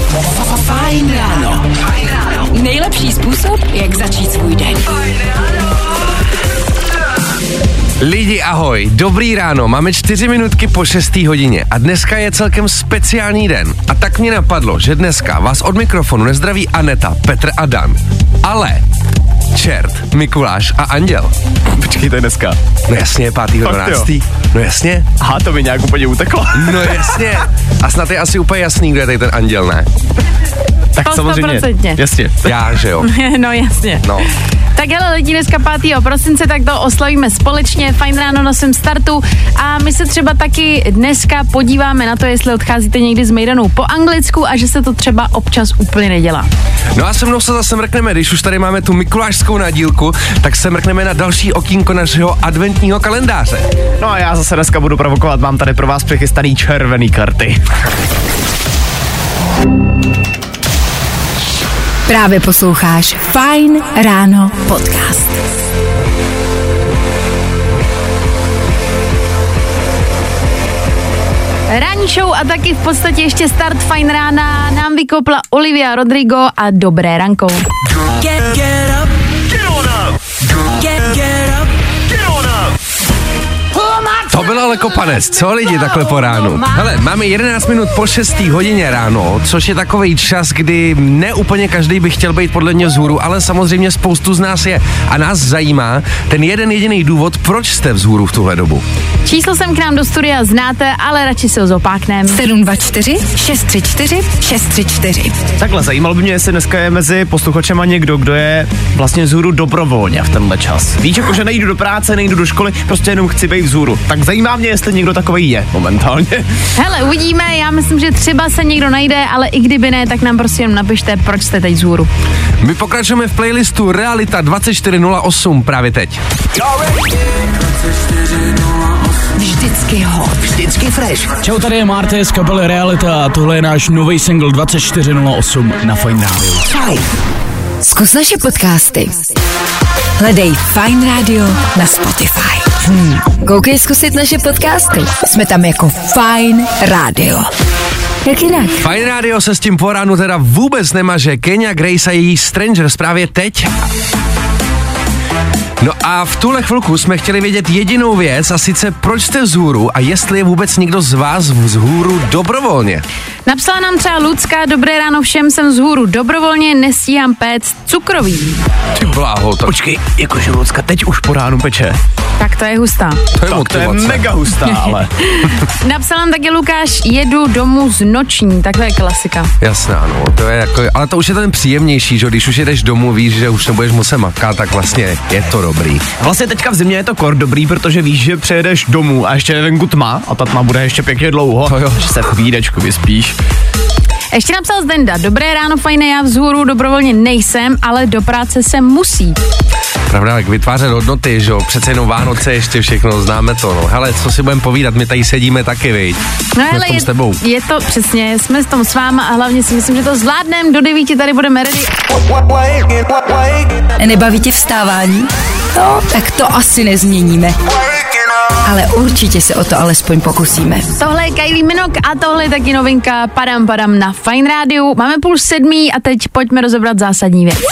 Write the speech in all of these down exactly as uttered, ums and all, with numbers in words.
Fajn ráno. Nejlepší způsob, jak začít svůj den. Lidi, ahoj, dobrý ráno, máme čtyři minutky po šesté hodině a dneska je celkem speciální den. A tak mě napadlo, že dneska vás od mikrofonu nezdraví Aneta, Petr a Dan. Ale čert, Mikuláš a Anděl. Počkej, to je dneska. No jasně, pátého dvanáctého No jasně. Aha, to mi nějak úplně uteklo. No jasně. A snad je asi úplně jasný, kdo je tady ten Anděl, ne? Tak To samozřejmě. stoprocentně. Jasně. Já, že jo. No jasně. No. Tak hele, lidi, dneska pátého prosince, tak to oslavíme společně, Fajn ráno na svém startu a my se třeba taky dneska podíváme na to, jestli odcházíte někdy z mejdanu po anglicku a že se to třeba občas úplně nedělá. No a se mnou se zase mrkneme, když už tady máme tu mikulášskou nadílku, tak se mrkneme na další okýnko našeho adventního kalendáře. No a já zase dneska budu provokovat, mám tady pro vás přichystaný červený karty. Právě posloucháš Fajn ráno podcast. Ranní show a taky v podstatě ještě start Fajn rána nám vykopla Olivia Rodrigo a dobré ranko. Get, get up. Get on up. Get, get up. Get on up. To byl ale kopanec, co lidi takhle po ránu? Hele, máme jedenáct minut po šesté hodině ráno, což je takovej čas, kdy ne úplně každý by chtěl být podle mě vzhůru, ale samozřejmě spoustu z nás je. A nás zajímá ten jeden jediný důvod, proč jste vzhůru v tuhle dobu. Číslo sem k nám do studia znáte, ale radši se ho zopáknem. sedm dva čtyři šest tři čtyři šest tři čtyři. Takhle, zajímalo by mě, jestli dneska je mezi posluchačema někdo, kdo je vlastně vzhůru dobrovolně v tenhle čas. Víš, jako že nejdu do práce, nejdu do školy, prostě jenom chci být vzhůru. Tak zajímá mě, jestli někdo takovej je momentálně. Hele, uvidíme, já myslím, že třeba se někdo najde, ale i kdyby ne, tak nám prostě jenom napište, proč jste teď vzhůru. My pokračujeme v playlistu Realita dvacet čtyři nula osm právě teď. Vždycky hot. Vždycky fresh. Čau, tady je Marty z kapely Realita a tohle je náš nový single dvacet čtyři nula osm na Fajn rádiu. Fajn. Zkus naše podcasty. Hledej Fajn rádio na Spotify. Hmm. Koukej zkusit naše podcasty. Jsme tam jako Fajn rádio. Jak jinak? Fajn rádio se s tím po ránu teda vůbec nemaže. Kenya Grace a její Strangers právě teď. No a v tuhle chvilku jsme chtěli vědět jedinou věc, a sice proč jste vzhůru a jestli je vůbec někdo z vás vzhůru dobrovolně. Napsala nám třeba Lucka, dobré ráno všem, jsem vzhůru dobrovolně, nestíhám péct cukroví. Ty bláho, to, Počkej, jakože Lucka teď už po ránu peče. Tak to je hustá. to je Tak to je motivace. mega hustá, ale. Napsal nám taky Lukáš, jedu domů z noční, tak to je klasika. Jasná, no, to je jako, ale to už je ten příjemnější, že když už jedeš domů, víš, že už nebudeš muset makat, tak vlastně je to dobrý. Vlastně teďka v zimě je to kor dobrý, protože víš, že přejedeš domů a ještě je venku tma a ta tma bude ještě pěkně dlouho, To jo. že se v klídečku vyspíš. Ještě napsal Zdenda, dobré ráno, fajné, já vzhůru dobrovolně nejsem, ale do práce se musí. Pravda, jak vytvářet hodnoty, že jo, přece jenom Vánoce ještě všechno, známe to, no. Hele, co si budeme povídat, my tady sedíme taky, viď. No Jsme hele, v tom je, s tebou. je to přesně, jsme s tom s váma a hlavně si myslím, že to zvládneme, do devíti tady budeme ready. Nebaví tě vstávání? No, tak to asi nezměníme. Ale určitě se o to alespoň pokusíme. Tohle je Kylie Minogue a tohle je taky novinka Padam Padam na Fajn rádiu. Máme půl sedmý a teď pojďme rozebrat zásadní věc.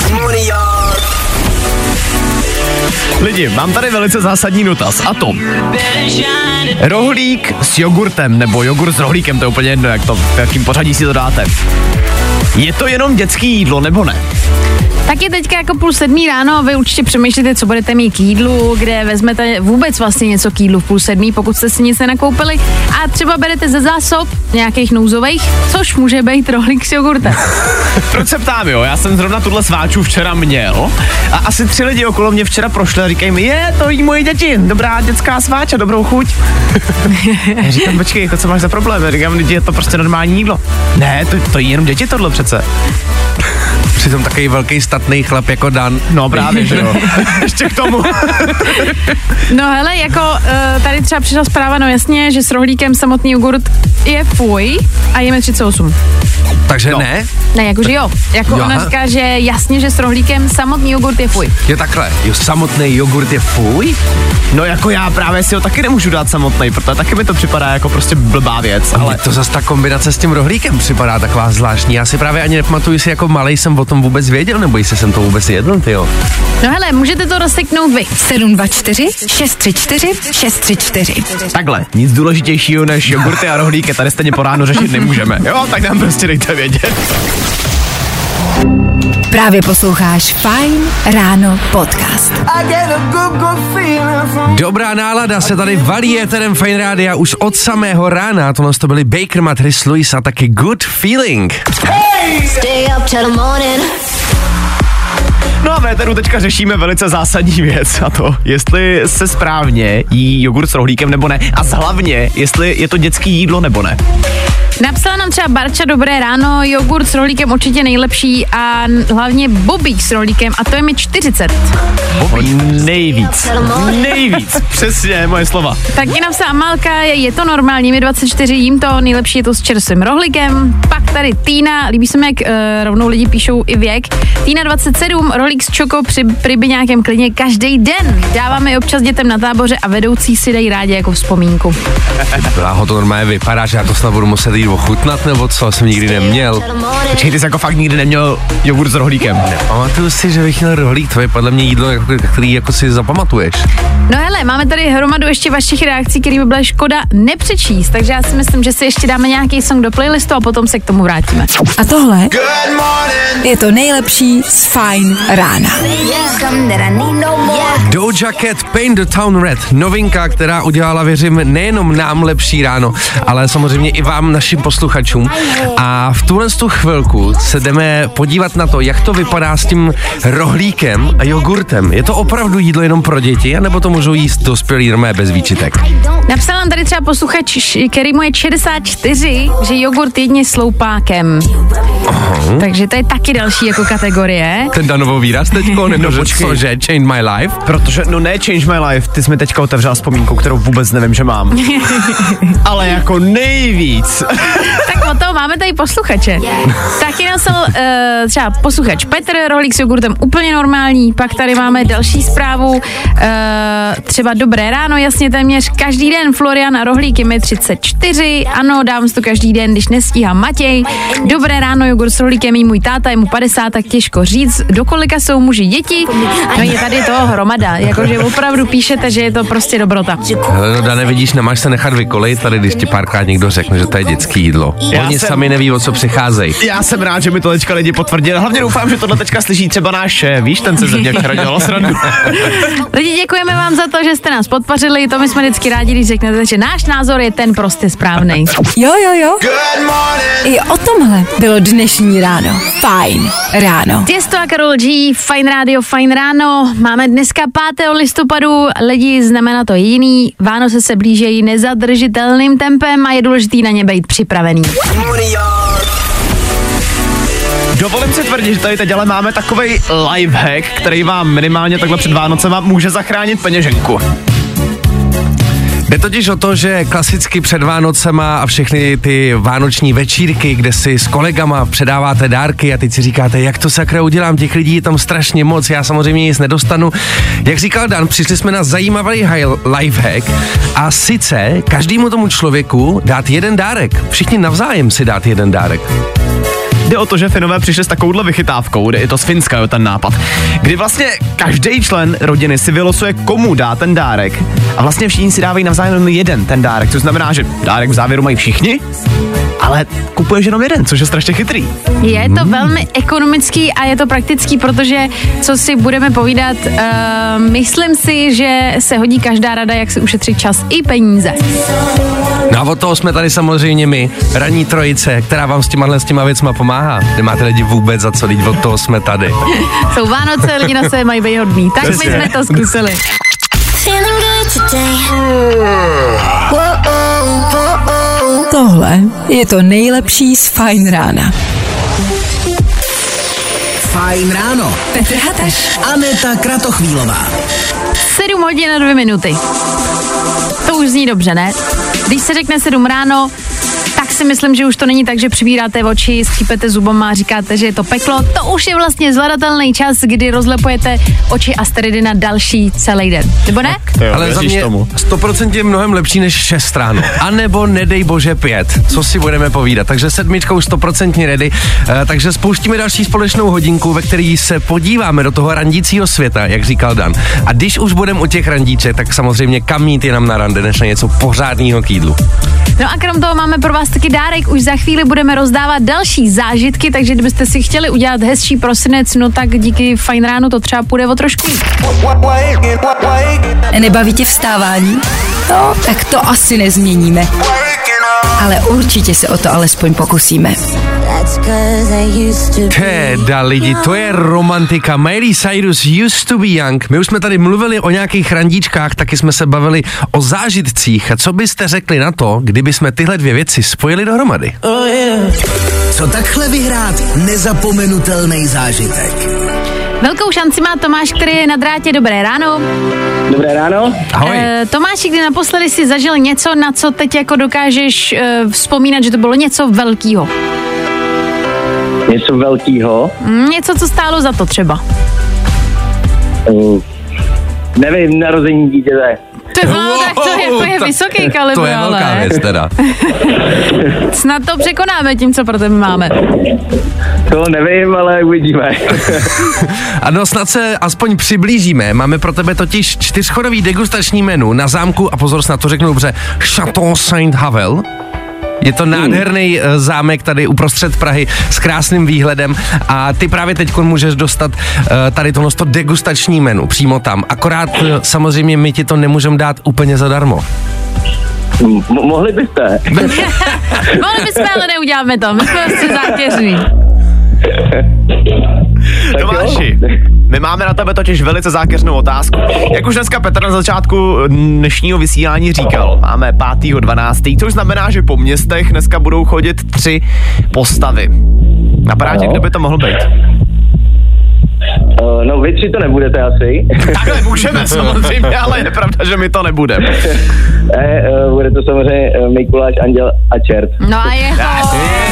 Lidi, mám tady velice zásadní dotaz a to. Rohlík s jogurtem, nebo jogurt s rohlíkem, to je úplně jedno, jak to, v jakým pořadí si to dáte. Je to jenom dětský jídlo, nebo ne? Tak je teďka jako půl sedmý ráno, vy určitě přemýšlíte, co budete mít k jídlu, kde vezmete vůbec vlastně něco k jídlu v půl sedmý, pokud jste si nic nenakoupili a třeba berete ze zásob nějakých nouzových, což může být rohlík s jogurtem. Proč se ptám, jo? Já jsem zrovna tuhle sváču včera měl a asi tři lidi okolo mě včera prošli a říkají mi, je, to jí moje děti, dobrá dětská sváča, dobrou chuť. Já říkám, počkej, jako co máš za problém? Já říkám, je to prostě normální jídlo. Ne, to, to jí jenom děti tohle přece. Přitom takový velký statný chlap jako Dan. No právě, že jo. Ještě k tomu. No hele, jako uh, tady třeba přišla zpráva, no jasně, že s rohlíkem samotný jogurt je fuj a jeme třicet osm. Takže no. ne? Ne, jakože jo. Jako jo, ona aha. říká, že jasně, že s rohlíkem samotný jogurt je fuj. Je takhle, jo, samotný jogurt je fuj? No jako já právě si ho taky nemůžu dát samotnej, protože taky mi to připadá jako prostě blbá věc, ale... Ale to zase ta kombinace s tím rohlíkem připadá taková zvláštní. Já si právě ani nepamatuju, jestli jako malej jsem o tom vůbec věděl, nebo jestli jsem to vůbec jedl, tyjo. No hele, můžete to rozseknout vy. sedm dva čtyři šest tři čtyři šest tři čtyři. Takhle, nic důležitějšího než jogurty a rohlíky tady stejně po ránu řešit nemůžeme. Jo, tak nám prostě dejte vědět. Právě posloucháš Fajn ráno podcast. Dobrá nálada se tady valí éterem Fajn rádia už od samého rána. Tohle to byli Baker, Matris, Luis a taky Good Feeling. No a v éteru teďka řešíme velice zásadní věc, a to, jestli se správně jí jogurt s rohlíkem nebo ne, a hlavně, jestli je to dětský jídlo nebo ne. Napsala nám třeba Barča, dobré ráno, jogurt s rohlíkem určitě nejlepší a hlavně bobík s rohlíkem a to je mi čtyřicet. Bobí. Nejvíc, nejvíc, přesně moje slova. Taky napsala Amálka, je to normální, mi dvacet čtyři, jím to, nejlepší je to s čerstvým rohlíkem. Pak tady Týna, líbí se mi, jak uh, rovnou lidi píšou i věk. Týna dvacet sedm, rohlík s čoko při pribyňákem klidně každý den. Dáváme je občas dětem na táboře a vedoucí si dají rádi jako vzpomínku. Bláho, to normálně vypadá, že já to snad budu muset jít ochutnat, nebo co, jsem nikdy neměl. Počkej, ty jsi jako fakt nikdy neměl jogurt s rohlíkem. Pamatuju si, že bych měl rohlík, to je podle mě jídlo, který jako si zapamatuješ. No hele, máme tady hromadu ještě vašich reakcí, který by byla škoda nepřečíst, takže já si myslím, že si ještě dáme nějaký song do playlistu a potom se k tomu vrátíme. A tohle je to nejlepší z Fajn rána. Doja Cat, Paint the Town Red, novinka, která udělala, věřím, nejenom nám lepší ráno, ale samozřejmě i vám, našim posluchačům. A v tuhle tu chvilku se jdeme podívat na to, jak to vypadá s tím rohlíkem a jogurtem. Je to opravdu jídlo jenom pro děti, anebo to můžou jíst dospělí normálně bez výčitek? Napsal nám tady třeba posluchač, který mu je šedesát čtyři, že jogurt jedně sloupákem. Uh-huh. Takže to je taky další jako kategorie. Ten danovou výraz teďko, nebo no, co, že change my life? Protože, no ne change my life, ty jsi mi teďka otevřela vzpomínku, kterou vůbec nevím, že mám. Ale jako nejvíc. Tak o to máme tady posluchače. Taky napsal uh, třeba posluchač Petr, rohlík s jogurtem úplně normální, pak tady máme další zprávu, uh, třeba dobré ráno, jasně téměř každý den, Florian a rohlík je mi třicet čtyři, ano, dávám si to každý den, když nestíhám Matěj. Dobré ráno, jogurt s rohlíkem jí můj táta, je mu padesát, tak těžko říct, do kolika jsou muži děti. No je tady toho hromada, jakože opravdu píšete, že je to prostě dobrota. Hele, no Dane, vidíš, nemáš se nechat vykolejit tady, když ti párkrát někdo řekne, že to je dětský jídlo. Já Oni jsem... sami neví, o co přicházejí. Já jsem rád, že mi to teďka lidi potvrdili. Hlavně doufám, že tohle teďka slyší třeba náš šéf, víš, ten se ze mě včera dělal srandu. Lidi, děkujeme vám za to, že jste nás podpořili, to my jsme vždycky rádi, když řeknete, že náš názor je ten prostě správnej. Jo, jo, jo. I o tomhle bylo dnešní ráno. Fajn ráno. Tiesto a Karol G, Fajn rádio, Fajn ráno. Máme dneska pátého listopadu, lidi, znamená to jiný. Vánoce se blížejí nezadržitelným tempem a je důležitý na ně být připravený. Dovolím si tvrdit, že tady teď ale máme takovej lifehack, který vám minimálně takhle před Vánocema může zachránit peněženku. Jde totiž o to, že klasicky před Vánocema a všechny ty vánoční večírky, kde si s kolegama předáváte dárky a teď si říkáte, jak to sakra udělám, těch lidí je tam strašně moc, já samozřejmě nic nedostanu. Jak říkal Dan, přišli jsme na zajímavý lifehack a sice každému tomu člověku dát jeden dárek. Všichni navzájem si dát jeden dárek. Jde o to, že Finové přišli s takovouhle vychytávkou, je to z Finska, jo, ten nápad, kdy vlastně každý člen rodiny si vylosuje, komu dá ten dárek a vlastně všichni si dávají navzájem jeden ten dárek, což znamená, že dárek v závěru mají všichni, ale kupuješ jenom jeden, což je strašně chytrý. Je to velmi ekonomický a je to praktický, protože co si budeme povídat, uh, myslím si, že se hodí každá rada, jak si ušetřit čas i peníze. No a od toho jsme tady samozřejmě my, ranní trojice, která vám s těma, s těma věcma pomáhá. Nemáte lidi vůbec za co, lidi, od toho jsme tady. Jsou Vánoce, lidi na sebe mají být hodný, tak my jsme to zkusili. Tohle je to nejlepší z Fajn rána. Fajn ráno. Petr Hataš. Aneta Kratochvílová. sedm hodin a dvě minuty. To už zní dobře, ne? Když se řekne sedm ráno, tak si myslím, že už to není tak, že přivíráte oči, skřípete zubama a říkáte, že je to peklo. To už je vlastně zvladatelný čas, kdy rozlepujete oči asteroidy na další celý den. Nebo ne? Jo, ale za mě sto procent je mnohem lepší než šest ráno. A nebo nedej bože pět. Co si budeme povídat. Takže sedmičkou sto procent ready. E, takže spouštíme další společnou hodinku, ve který se podíváme do toho randícího světa, jak říkal Dan. A když už budeme u těch randíček, tak samozřejmě kam jít jenom na rande, než na něco pořádného k jídlu. No a krom toho máme pro vás taky dárek. Už za chvíli budeme rozdávat další zážitky, takže kdybyste si chtěli udělat hezčí prosinec, no tak díky Fajn ránu to třeba půjde o trošku. Nebaví tě vstávání? No, tak to asi nezměníme. Ale určitě se o to alespoň pokusíme. Teda lidi, to je romantika. Miley Cyrus Used to be Young. My už jsme tady mluvili o nějakých randíčkách, taky jsme se bavili o zážitcích. A co byste řekli na to, kdyby jsme tyhle dvě věci spojili dohromady? Co takhle vyhrát nezapomenutelný zážitek? Velkou šanci má Tomáš, který je na drátě. Dobré ráno. Dobré ráno. Ahoj. E, Tomáši, kdy naposledy si zažil něco, na co teď jako dokážeš e, vzpomínat, že to bylo něco velkýho? Něco velkýho? Mm, něco, co stálo za to třeba. Uh, nevím, narození dítěte. To je, no, tak to jako je vysoký kalibr, To je velká ale věc teda. snad to překonáme tím, co pro tebe máme. To nevím, ale uvidíme. Ano, snad se aspoň přiblížíme. Máme pro tebe totiž čtyřchodový degustační menu na zámku, a pozor, snad to řeknu dobře, Château Saint-Havel. Je to nádherný hmm. zámek tady uprostřed Prahy s krásným výhledem a ty právě teď můžeš dostat uh, tady tohle degustační menu přímo tam. Akorát uh, samozřejmě my ti to nemůžeme dát úplně zadarmo. M- mohli byste. Mohli bychom, ale neuděláme to. My jsme prostě zákeřní. Tomáši, my máme na tebe totiž velice zákeřnou otázku. Jak už dneska Petr na začátku dnešního vysílání říkal, máme pátého dvanáctého což znamená, že po městech dneska budou chodit tři postavy. Napadá tě, kdo by to mohl být? Uh, no vy tři to nebudete asi. Takhle můžeme samozřejmě, ale je pravda, že my to nebudeme. Ne, uh, bude to samozřejmě uh, Mikuláš, Anděl a Čert. No a je to...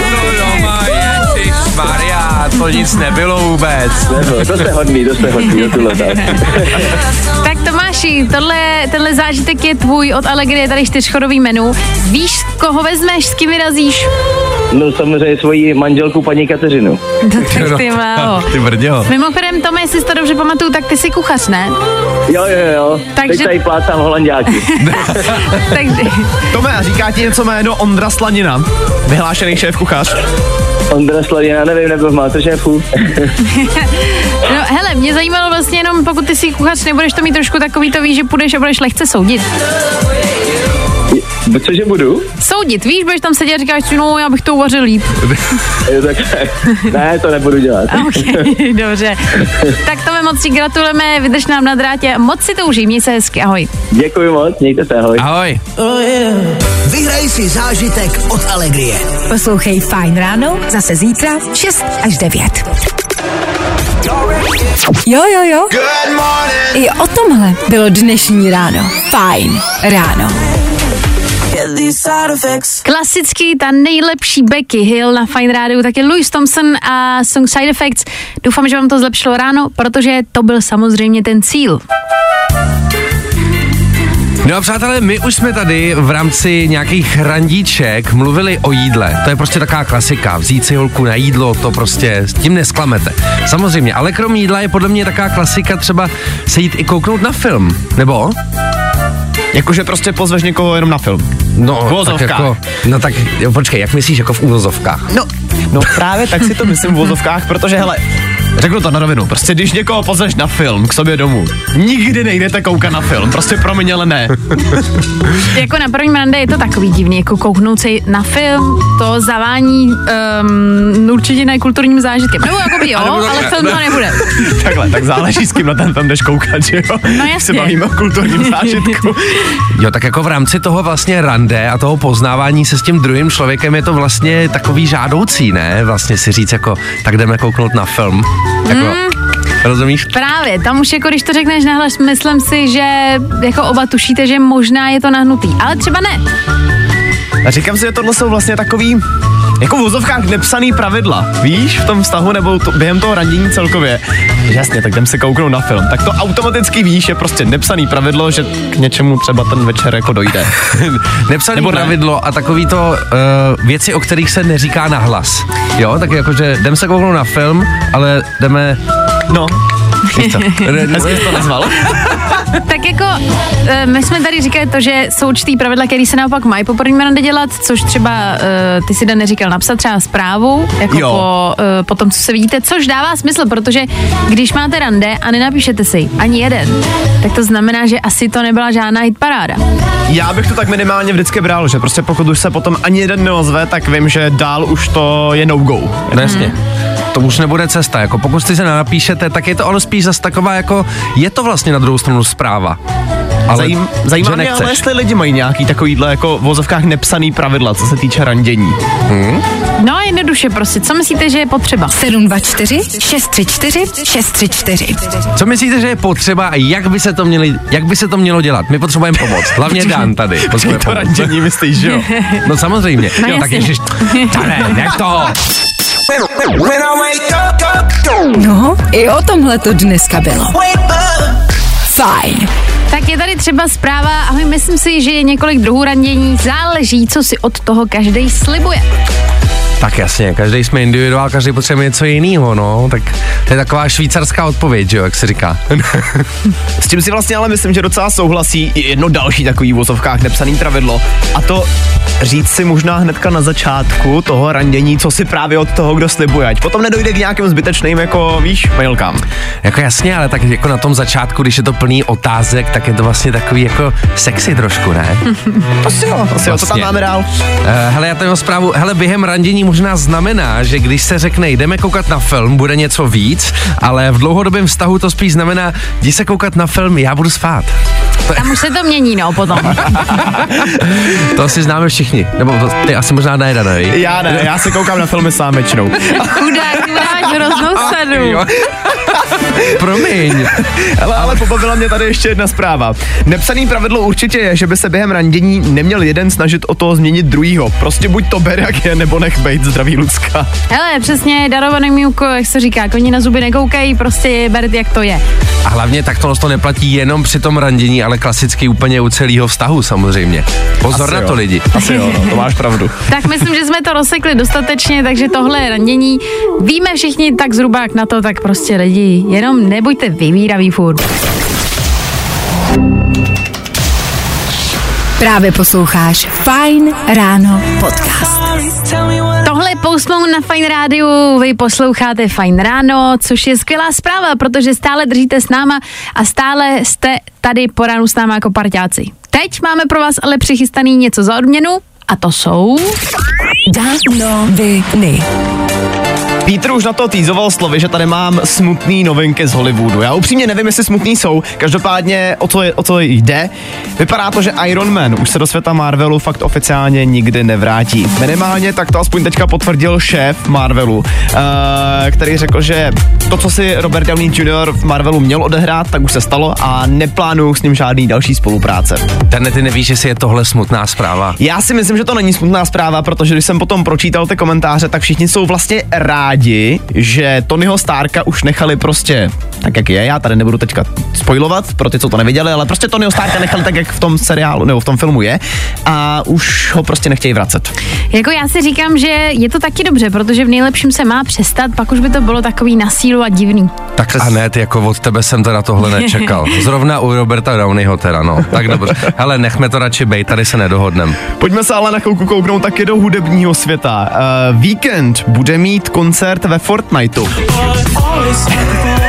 Maria, to nic nebylo vůbec. Nebo, to jste hodný, to jste hodný, to tuhle Tak Tomáši, tohle, tenhle zážitek je tvůj, od Allegri je tady čtyřchodový menu. Víš, koho vezmeš, s kým vyrazíš? No samozřejmě svoji manželku paní Kateřinu. No, tak ty málo. Ty brděho. Mimochodem, Tome, jestli si to dobře pamatuju, tak ty jsi kuchař, ne? Jo, jo, jo. Takže... Teď tady plácám holanďáky. Takže... Tome, a říká ti něco jméno Ondra Slanina, vyhlášený šéf kuchař? Ondra Slanina, nevím, nebo v Masterchefu. No hele, mě zajímalo vlastně jenom, pokud ty jsi kuchař, nebudeš to mít trošku takový, to víš, že půjdeš a budeš lehce soudit. Cože budu? Soudit, víš, budeš tam sedět a říkáš si, no, já bych to uvařil líp. Jo, tak ne, to nebudu dělat. Okay, dobře. Tak Tome, moc si gratulujeme, vydrž nám na drátě, moc si to užij, měj se hezky, ahoj. Děkuji moc, mějte se, ahoj. Ahoj. Vyhraj si zážitek od Allegrie. Poslouchej Fajn ráno zase zítra v šest až devět. Jo, jo, jo. I o tomhle bylo dnešní ráno. Fajn ráno. Klasický, ta nejlepší Becky Hill na Fine Rádiu, tak je Louis Thompson a song Side Effects. Doufám, že vám to zlepšilo ráno, protože to byl samozřejmě ten cíl. No a přátelé, my už jsme tady v rámci nějakých randíček mluvili o jídle. To je prostě taková klasika. Vzít si holku na jídlo, to prostě s tím nesklamete. Samozřejmě, ale krom jídla je podle mě taková klasika třeba se jít i kouknout na film. Nebo? Jakože prostě pozveš někoho jenom na film. No, tak jako, no tak, jo, počkej, jak myslíš, jako v úvozovkách? No, no právě tak si to myslím v úvozovkách, protože hele, řeknu to na rovinu, prostě když někoho pozveš na film k sobě domů, nikdy nejdete koukat na film, prostě promiň, ale ne. Jako na prvním rande je to takový divný, jako kouknout se na film, to zavání um, určitě nekulturním zážitkem. Nebo jakoby jo, ale, ale film to nebude. Takhle, tak záleží, s kým na ten film jdeš koukat, že jo? No jasně. Se bavíme o kulturním zážitku. Jo, tak jako v rámci toho vlastně rande a toho poznávání se s tím druhým člověkem je to vlastně takový žádoucí, ne? Vlastně si říct jako, tak jdeme kouknout na film. Jako, Mm. rozumíš? Právě, tam už jako když to řekneš nahlas, myslím si, že jako oba tušíte, že možná je to nahnutý, ale třeba ne. A říkám si, že tohle jsou vlastně takový, jako v vozovkách nepsaný pravidla, víš, v tom vztahu nebo to, během toho randění celkově. Jasně, tak jdem se kouknout na film. Tak to automaticky víš, je prostě nepsaný pravidlo, že k něčemu třeba ten večer jako dojde. Nepsaný Nebo ne? pravidlo a takový to uh, věci, o kterých se neříká nahlas. Jo, tak jakože jdem se kouknout na film, ale jdeme... No, Víš co? hezky jsi to nazval. Tak jako, e, my jsme tady říkali to, že jsou určitý pravidla, které se naopak mají po prvním rande dělat, což třeba e, ty si Dan neříkal napsat třeba zprávu, jako po, e, po tom, co se vidíte, což dává smysl, protože když máte rande a nenapíšete si ani jeden, tak to znamená, že asi to nebyla žádná hitparáda. Já bych to tak minimálně vždycky bral, že prostě pokud už se potom ani jeden neozve, tak vím, že dál už to je no go. No jasně. To už nebude cesta, jako pokud si se nenapíšete, tak je to ono spíš zase taková jako, je to vlastně na druhou stranu zpráva. Ale Zajím, zajímá mě, ale jestli lidi mají nějaký takovýhle jako v vozovkách nepsaný pravidla, co se týče randění. Hmm? No jednoduše prostě, co myslíte, že je potřeba? sedm dva čtyři šest tři čtyři šest tři čtyři. Co myslíte, že je potřeba a jak by se to měli, jak by se to mělo dělat? My potřebujeme pomoc. Hlavně Dan tady. Počkej, to randění myslíš, že jo? No samozřejmě. No jo, tak jasně. ježiš, Tane, jak to? No, i o tomhle to dneska bylo. Fajn. Tak je tady třeba zpráva, ahoj, myslím si, že je několik druhů randění, záleží, co si od toho každej slibuje. Tak jasně, každý jsme individuál, každý potřebuje něco jiného, no, tak to je taková švýcarská odpověď, že jo, jak se říká. S tím si vlastně ale myslím, že docela souhlasí i jedno další takový v vozovkách nepsaný pravidlo, a to říct si možná hnedka na začátku toho randění, co si právě od toho, kdo slibuje, ať potom nedojde k nějakým zbytečným, jako víš, mailkám. Jako jasně, ale tak jako na tom začátku, když je to plný otázek, tak je to vlastně takový jako sexy trošku, ne? Asi jo, asi jo, co tam máme dál? Uh, hele, já tady mám zprávu, hele, během randění možná znamená, že když se řekne, jdeme koukat na film, bude něco víc, ale v dlouhodobém vztahu to spíš znamená, jdi se koukat na film, já budu spát. Tam už se to mění, no, potom. To asi známe všichni, nebo to, ty asi možná ne, Dana, ne? Já ne, já se koukám na filmy sám většinou. Chudák, ty máš hroznou sadu. Jo. Promiň. Ale, ale pobavila mě tady ještě jedna zpráva. Nepsaný pravidlo určitě je, že by se během randění neměl jeden snažit o to změnit druhýho. Prostě buď to ber, jak je, nebo nech bejt, zdraví Lucka. Hele, přesně, darovaný mňuko, jak se říká, koni na zuby nekoukají, prostě ber, jak to je. A hlavně tak to, to neplatí jenom při tom randění, ale klasicky úplně u celého vztahu samozřejmě. Pozor Asi na jo. to, lidi. Asi jo, no, to máš pravdu. Tak myslím, že jsme to rozsekli dostatečně, takže tohle je randění. Víme všichni tak zhruba jak na to, tak prostě lidi, jenom nebuďte vyvíraví furt. Právě posloucháš Fajn ráno podcast. Tohle je Post Malone na Fajn rádiu, vy posloucháte Fajn ráno, což je skvělá zpráva, protože stále držíte s náma a stále jste tady po ránu s náma jako parťáci. Teď máme pro vás ale přichystaný něco za odměnu a to jsou... Danoviny. Pítr už na to týzoval slovy, že tady mám smutný novinky z Hollywoodu. Já upřímně nevím, jestli smutný jsou, každopádně o co, je, o co jde. Vypadá to, že Iron Man už se do světa Marvelu fakt oficiálně nikdy nevrátí. Minimálně tak to aspoň teďka potvrdil šéf Marvelu, uh, který řekl, že to, co si Robert Downey junior v Marvelu měl odehrát, tak už se stalo a neplánuju s ním žádný další spolupráce. Dane, ty nevíš, jestli je tohle smutná zpráva. Já si myslím, že to není smutná zpráva, protože když jsem potom pročítal ty komentáře, tak všichni jsou vlastně rádi, že Tonyho Starka už nechali prostě tak, jak je. Já tady nebudu teďka spoilovat pro ty, co to neviděli, ale prostě Tonyho Starka nechali tak, jak v tom seriálu nebo v tom filmu je a už ho prostě nechtějí vracet. Jako já si říkám, že je to taky dobře, protože v nejlepším se má přestat, pak už by to bylo takový na sílu a divný. Tak a ne, ty jako od tebe jsem teda tohle nečekal. Zrovna u Roberta Downeyho teda, no. Tak dobře. Hele, nechme to radši bejt, tady se nedohodnem. Pojďme se ale na chvilku kouknout taky do hudebního světa. Uh, Weekend bude mít koncert ve Fortniteu.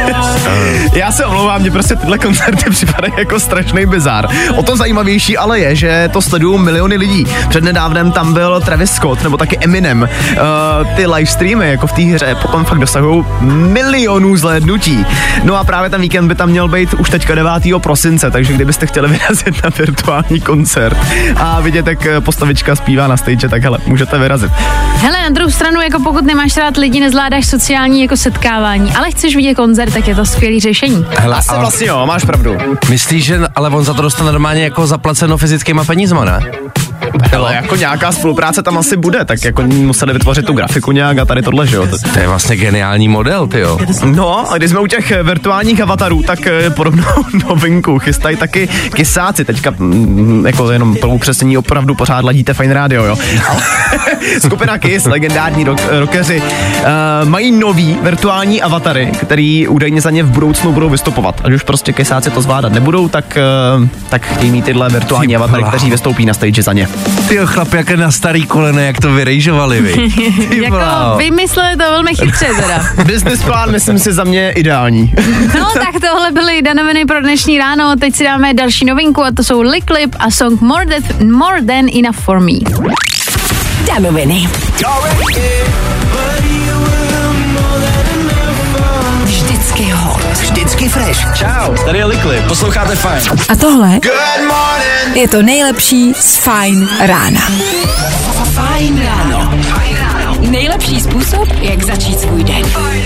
Já se omlouvám, mě prostě tyhle koncerty připadají jako strašný bizár. O to zajímavější ale je, že to sledují miliony lidí. Přednedávnem tam byl Travis Scott nebo taky Eminem. Uh, ty live streamy jako v té hře potom fakt dosahují milionů zhlédnutí. No a právě ten víkend by tam měl být už teďka devátého prosince, takže kdybyste chtěli vyrazit na virtuální koncert a vidět, jak postavička zpívá na stage, tak hele, můžete vyrazit. Hele, na druhou stranu, jako pokud nemáš rád lidi, nezvládáš sociální jako setkávání, ale chceš vidět koncert, tak je to skvělý řešení. Hele, Asi ale vlastně jo, máš pravdu. myslíš, že ale on za to dostane normálně jako zaplaceno fyzickýma penízma, ne? Ale jako nějaká spolupráce tam asi bude, tak jako museli vytvořit tu grafiku nějak a tady tohle, že jo. To je vlastně geniální model, tyjo. No, a když jsme u těch virtuálních avatarů, tak podobnou novinku chystají taky kysáci. Teďka mm, jako jenom pro upřesnění opravdu pořád ladíte Fajn rádio, jo. Ale skupina Kiss, legendární rock, rockeři, uh, mají nový virtuální avatary, který údajně za ně v budoucnu budou vystupovat. Ať už prostě kysáci to zvládat nebudou, tak, uh, tak chtějí mít tyhle virtuální avatary, kteří vystoupí na stage za ně. Tyjo, chlap, jak na starý kolene, jak to vyrejžovali, vy. Jako vymysleli to velmi chytře teda. Business plán, myslím si, za mě ideální. No tak tohle byly danoviny pro dnešní ráno, teď si dáme další novinku a to jsou Lick Lip a song More Than, More Than Enough For Me. Danoviny. Vždycky hot. Vždycky fresh. Čau, tady je Lick Lip, posloucháte Fajn. A tohle je to nejlepší z Fajn rána. Fajn ráno. Nejlepší způsob, jak začít svůj den.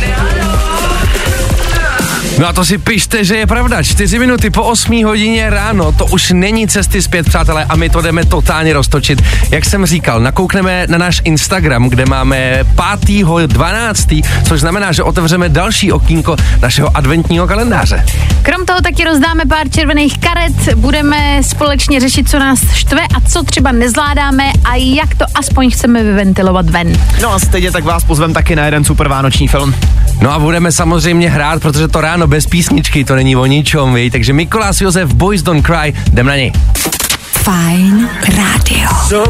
No a to si pište, že je pravda. Čtyři minuty po osmé hodině ráno, to už není cesty zpět, přátelé, a my to jdeme totálně roztočit. Jak jsem říkal, nakoukneme na náš Instagram, kde máme pátého dvanáctého, což znamená, že otevřeme další okýnko našeho adventního kalendáře. Krom toho taky rozdáme pár červených karet, budeme společně řešit, co nás štve a co třeba nezvládáme a jak to aspoň chceme vyventilovat ven. No a stejně tak vás pozvem taky na jeden super vánoční film. No a budeme samozřejmě hrát, protože to ráno bez písničky, to není o ničom, víj. Takže Mikolas Josef, Boys Don't Cry, jdem na něj. Fajn rádio.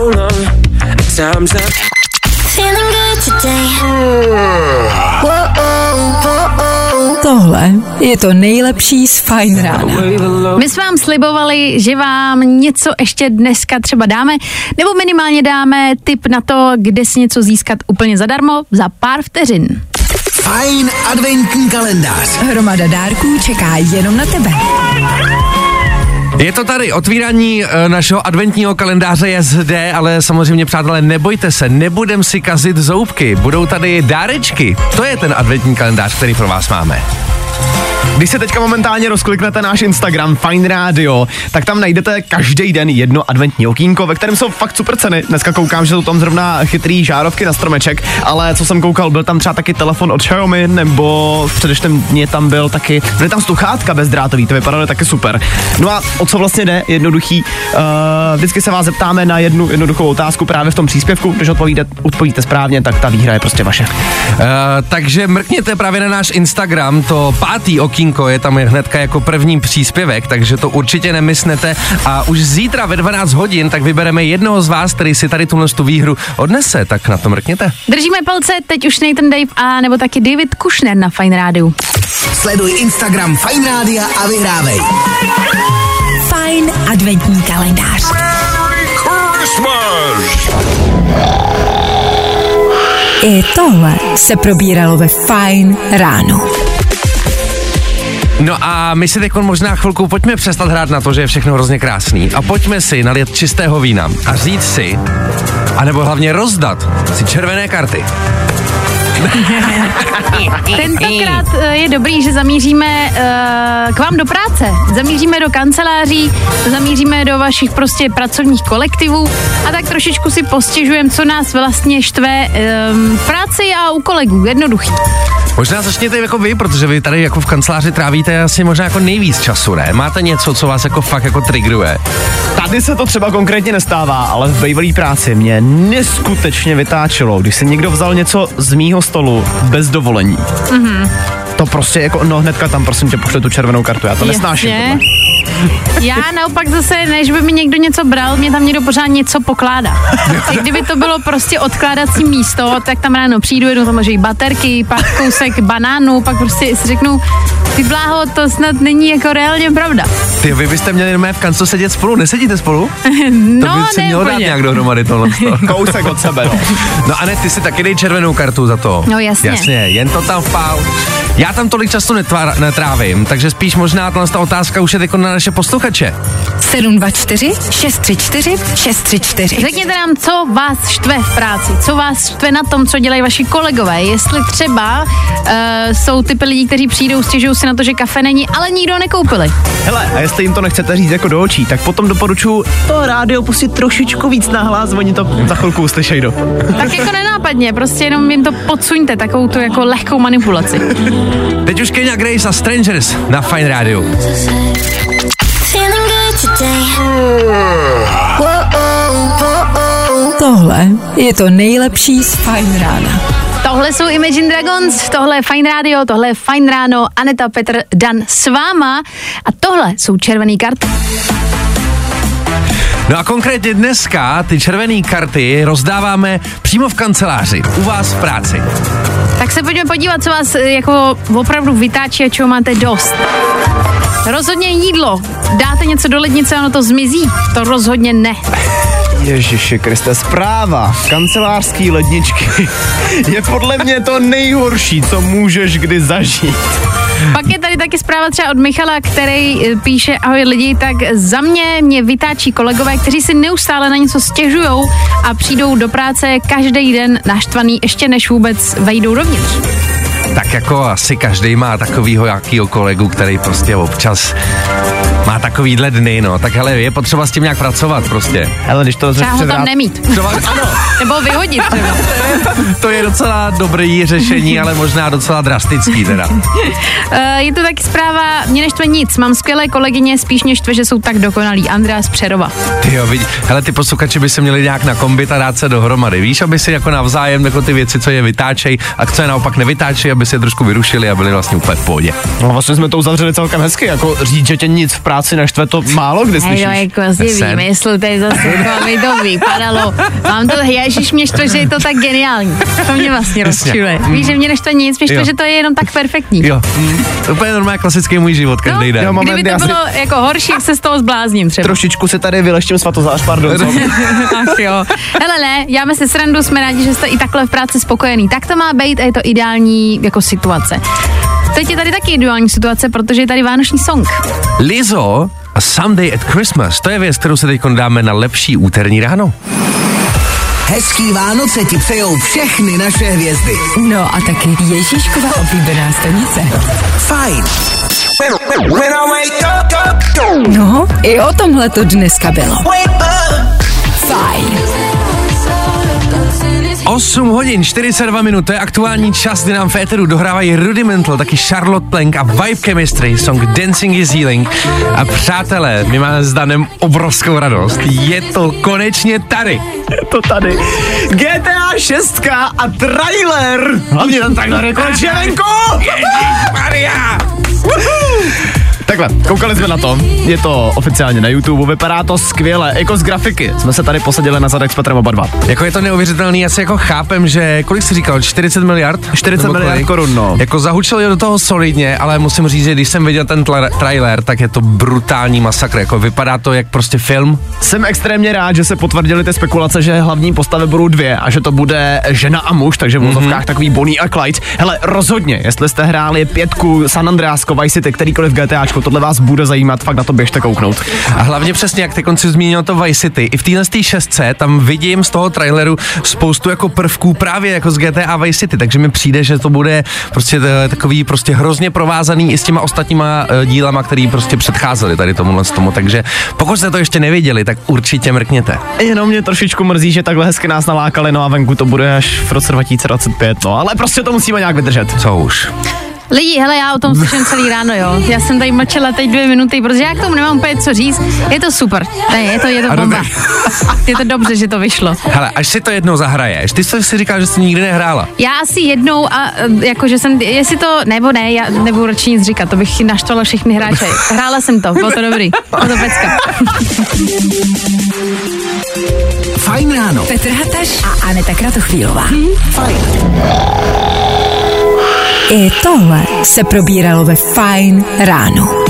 Tohle je to nejlepší z Fajn rána. My jsme vám slibovali, že vám něco ještě dneska třeba dáme, nebo minimálně dáme tip na to, kde si něco získat úplně zadarmo za pár vteřin. Fajn adventní kalendář. Hromada dárků čeká jenom na tebe. Je to tady, otvírání e, našeho adventního kalendáře je zde, ale samozřejmě, přátelé, nebojte se, nebudem si kazit zoubky, budou tady dárečky. To je ten adventní kalendář, který pro vás máme. Když se teďka momentálně rozkliknete náš Instagram Fajn rádio, tak tam najdete každý den jedno adventní okýnko, ve kterém jsou fakt super ceny. Dneska koukám, že jsou tam zrovna chytrý žárovky na stromeček, ale co jsem koukal, byl tam třeba taky telefon od Xiaomi, nebo v předešlém dně tam byl taky, byly tam sluchátka bezdrátový, to vypadalo taky super. No a o co vlastně jde, jednoduchý, uh, vždycky se vás zeptáme na jednu jednoduchou otázku právě v tom příspěvku, když odpovíte, odpovíte správně, tak ta výhra je prostě vaše. Uh, takže mrkněte právě na náš Instagram, to pátý okýnko je tam hnedka jako první příspěvek, takže to určitě nemysnete a už zítra ve dvanáct hodin tak vybereme jednoho z vás, který si tady tuhle tu výhru odnese, tak na to mrkněte. Držíme palce, teď už Nathan Dave a nebo taky David Kushner na Fajn rádiu. Sleduj Instagram Fajn rádia a vyhrávej. Fajn adventní kalendář. I tohle se probíralo ve Fajn ráno. No a my si teď možná chvilku pojďme přestat hrát na to, že je všechno hrozně krásný a pojďme si nalít čistého vína a říct si, anebo hlavně rozdat si červené karty. Tentokrát je dobrý, že zamíříme uh, k vám do práce, zamíříme do kanceláří, zamíříme do vašich prostě pracovních kolektivů a tak trošičku si postěžujeme, co nás vlastně štve um, v práci a u kolegů, jednoduchý. Možná začněte jako vy, protože vy tady jako v kanceláři trávíte asi možná jako nejvíc času, ne? Máte něco, co vás jako fakt jako triggeruje? Tady se to třeba konkrétně nestává, ale v bývalý práci mě neskutečně vytáčelo, když si někdo vzal něco z mýho stolu bez dovolení. Mm-hmm. To prostě jako, no hnedka tam prosím tě pošle tu červenou kartu, já to nesnáším. Já naopak zase, než by mi někdo něco bral, mě tam někdo pořád něco pokládá. I kdyby to bylo prostě odkládací místo, tak tam ráno přijdu, jednou tam leží baterky, pak kousek banánu, pak prostě si řeknu, ty bláho, to snad není jako reálně pravda. Ty, vy byste měli jenom v kanclu sedět spolu, nesedíte spolu? No, to by si mělo dát nějak dohromady tohle. Kousek od sebe, no. No a ne, ty si taky dej červenou kartu za to. No jasně. Jasně, jen to tam vpál. Já tam tolik času netvár, netrávím, takže spíš možná ta otázka už je jako na naše posluchače. sedm dva čtyři šest tři čtyři šest tři čtyři. Řekněte nám, co vás štve v práci, co vás štve na tom, co dělají vaši kolegové, jestli třeba uh, jsou typy lidí, kteří přijdou, stěžují si na to, že kafe není, ale nikdo nekoupili. Hele, a jestli jim to nechcete říct jako do očí, tak potom doporučuji to rádio pustit trošičku víc nahlas, oni to za chvilku uslyšejí do. Tak jako nenápadně, prostě jenom jim to podsuňte, takovou tu jako lehkou manipulaci. Teď už Kenya Grace a Strangers na Fine Radio. Tohle je to nejlepší z Fajn rána. Tohle jsou Imagine Dragons, tohle je Fajn Radio, tohle je Fajn ráno, Aneta, Petr, Dan s váma a tohle jsou červený karty. No a konkrétně dneska ty červené karty rozdáváme přímo v kanceláři, u vás v práci. Tak se pojďme podívat, co vás jako opravdu vytáčí a čeho máte dost. Rozhodně jídlo. Dáte něco do lednice, ono to zmizí? To rozhodně ne. Ježiši Kriste, zpráva kancelářský ledničky je podle mě to nejhorší, co můžeš kdy zažít. Pak je tady taky zpráva třeba od Michala, který píše, ahoj lidi, tak za mě mě vytáčí kolegové, kteří si neustále na něco stěžujou a přijdou do práce každý den naštvaný, ještě než vůbec vejdou dovnitř. Tak jako asi každý má takovýho jakýho kolegu, který prostě občas má takovýhle dny, no. Tak hele, je potřeba s tím nějak pracovat prostě. Hele, když to třeba ho tam nemít. Třeba, ano. Nebo vyhodit třeba. To je docela dobrý řešení, ale možná docela drastický teda. Je to taky zpráva, mě neštve nic, mám skvělé kolegyně, spíš mě štve, že jsou tak dokonalí. Andrea z Přerova. Ty jo, vidí, hele, ty posluchači by se měli nějak nakombit a dát se dohromady, víš, aby si jako navzájem jako ty věci, co je vytáčej a co je naopak nevytáčej, aby se je trošku vyrušili a byli vlastně úplně v pohodě. No vlastně jsme to uzavřeli celkem hezky, jako říct, že tě nic v práci naštve, to málo kdy slyšíš. Hej, jo, jako si vím, jestli tady zase mi to vypadalo. Mám to, ježiš, mě štve, že je to tak geniální. To mě vlastně rozčiluje. Mm. Víš, že mě neštve nic, mě štve, že to je jenom tak perfektní. Jo, mm. to úplně normálně klasický můj život každý no, den. Jo, moment, kdyby to bylo si... jako horší, jak se z toho zblázním třeba. Trošičku si tady vyleštím svatozář, pardon. Ach jo. Hele ne, jáme se srandu, jsme rádi, že jste i takhle v práci spokojený. Tak to má být a je to ideální jako situace. Teď je tady taky ideální situace, protože je tady vánoční song. Lizzo a Someday at Christmas, to je věc, kterou se teď dáme na lepší úterní ráno. Hezký Vánoce ti přejou všechny naše hvězdy. No a taky Ježíškova oblíbená stanice. Fajn. No, i o tomhle to dneska bylo. Fajn. osm hodin, čtyřicet dva minut, to je aktuální čas, kdy nám v éteru dohrávají Rudimental, taky Charlotte Plank a Vibe Chemistry, song Dancing is Healing. A přátelé, my máme s Danem obrovskou radost, je to konečně tady. Je to tady. G T A šest a trailer. Hlavně tam takhle nekonečně venku. Ježišmarja. Takhle, koukali jsme na to, je to oficiálně na YouTube, vypadá to skvěle, jako z grafiky. Jsme se tady posadili na zadek s Petrem oba dva. Jako je to neuvěřitelný, já si jako chápem, že kolik jsi říkal, čtyřicet miliard? čtyřicet miliard korun, no. Jako zahučili do toho solidně, ale musím říct, že když jsem viděl ten tla- trailer, tak je to brutální masakr, jako vypadá to jak prostě film. Jsem extrémně rád, že se potvrdily ty spekulace, že hlavní postavy budou dvě a že to bude žena a muž, takže v vozovkách mm-hmm. takový Bonnie a Clyde. Hele, rozhodně, jestli jste hráli pětku, San Andreasko, Vice City, kterýkoliv GTAčko, tohle vás bude zajímat, fakt na to běžte kouknout. A hlavně přesně, jak ty konci zmínil to Vice City, i v téhle šestce tam vidím z toho traileru spoustu jako prvků právě jako z G T A Vice City, takže mi přijde, že to bude prostě takový prostě hrozně provázaný i s těma ostatníma dílama, který prostě předcházely tady tomuhle z tomu, takže pokud jste to ještě neviděli, tak určitě mrkněte. Jenom mě trošičku mrzí, že takhle hezky nás nalákali, no a venku to bude až v roce dva tisíce dvacet pět, no ale prostě to musíme nějak vydržet. Co už? Lidi, hele, já o tom slyším celý ráno, jo. Já jsem tady mlčela teď dvě minuty, protože já k tomu nemám úplně co říct. Je to super. Ne, je to, je to bomba. Je to dobře, že to vyšlo. Hele, až si to jednou zahraješ, ty jsi si říkal, že jsi nikdy nehrála. Já asi jednou a jakože jsem, jestli to, nebo ne, já nebudu radši nic říkat, to bych naštvala všechny hráče. Hrála jsem to, bylo to dobrý, bylo to pecka. Fajn ráno. Petr Hataš a Aneta Kratochvílová. Hmm? Fajn. I tohle se probíralo ve Fajn ráno.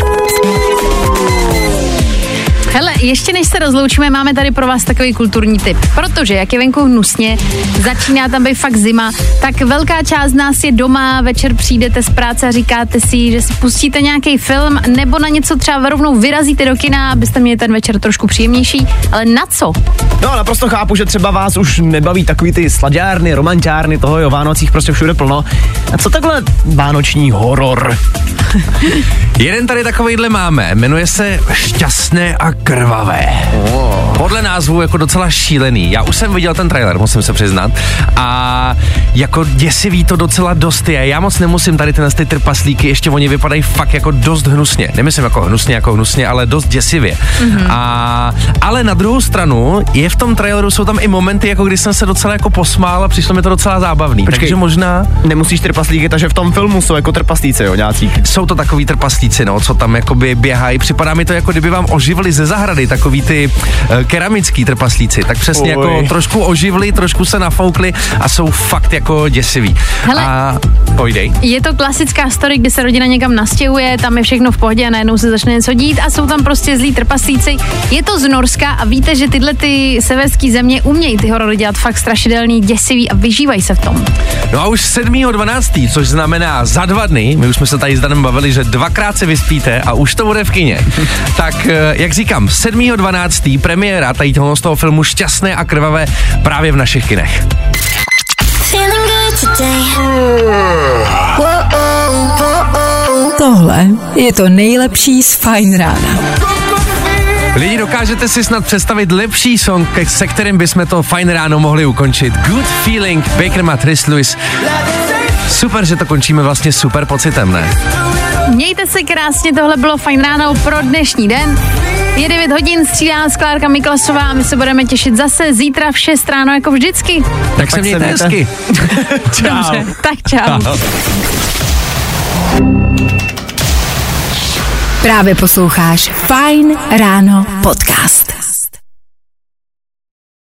Hele, ještě než se rozloučíme, máme tady pro vás takový kulturní tip. Protože jak je venku hnusně, začíná tam být fakt zima, tak velká část z nás je doma, večer přijdete z práce a říkáte si, že si pustíte nějaký film nebo na něco třeba rovnou vyrazíte do kina, abyste měli ten večer trošku příjemnější. Ale na co? No, naprosto chápu, že třeba vás už nebaví takový ty slaďárny, romanťárny, toho je o Vánocích prostě všude plno. A co takhle vánoční horor? Jeden tady takovejhle máme, jmenuje se Šťastné a krvavé. Oh. Podle názvu jako docela šílený. Já už jsem viděl ten trailer, musím se přiznat. A jako děsivý to docela dost je. Já moc nemusím tady tyhle ty trpaslíky, ještě oni vypadají fakt jako dost hnusně. Nemyslím jako hnusně, jako hnusně, ale dost děsivě. Mm-hmm. A, ale na druhou stranu je v tom traileru, jsou tam i momenty, jako když jsem se docela jako posmál a přišlo mi to docela zábavný. Počkej, takže možná... Nemusíš trpaslíky, takže v tom filmu jsou jako trpaslíci, jo, nějací. Jsou to takový trpaslíci, no, co tam jakoby běhají. Připadá mi to, jako kdyby vám oživili ze zahrady takový ty uh, keramický trpaslíci. Tak přesně Oj. jako trošku oživli, trošku se nafoukli a jsou fakt jako děsivý. Hele, a pojdej. Je to klasická story, kdy se rodina někam nastěhuje, tam je všechno v pohodě a najednou se začne něco dít a jsou tam prostě zlí trpaslíci. Je to z Norska a víte, že tyhle ty severské země umějí ty horory dělat fakt strašidelný, děsivý a vyžívají se v tom. No a už sedmého dvanáctého což znamená za dva dny, my už jsme se tady s Danem bavili, že dvakrát se vyspíte a už to bude v kině. Tak, jak říkám, sedmého dvanáctého premiéra tady toho z toho filmu Šťastné a krvavé právě v našich kinech. Tohle je to nejlepší z Fajn rána. Lidi, dokážete si snad představit lepší song, se kterým bychom to Fajn ráno mohli ukončit. Good Feeling, Baker Matt, Chris Lewis. Super, že to končíme vlastně super pocitem, ne? Mějte se krásně, tohle bylo Fajn ráno pro dnešní den. Je devět hodin, střídá nás Klárka Miklasová a my se budeme těšit zase zítra v šest ráno jako vždycky. Tak, tak se mějte hezky. Čau. Tak čau. čau. Právě posloucháš Fajn ráno podcast.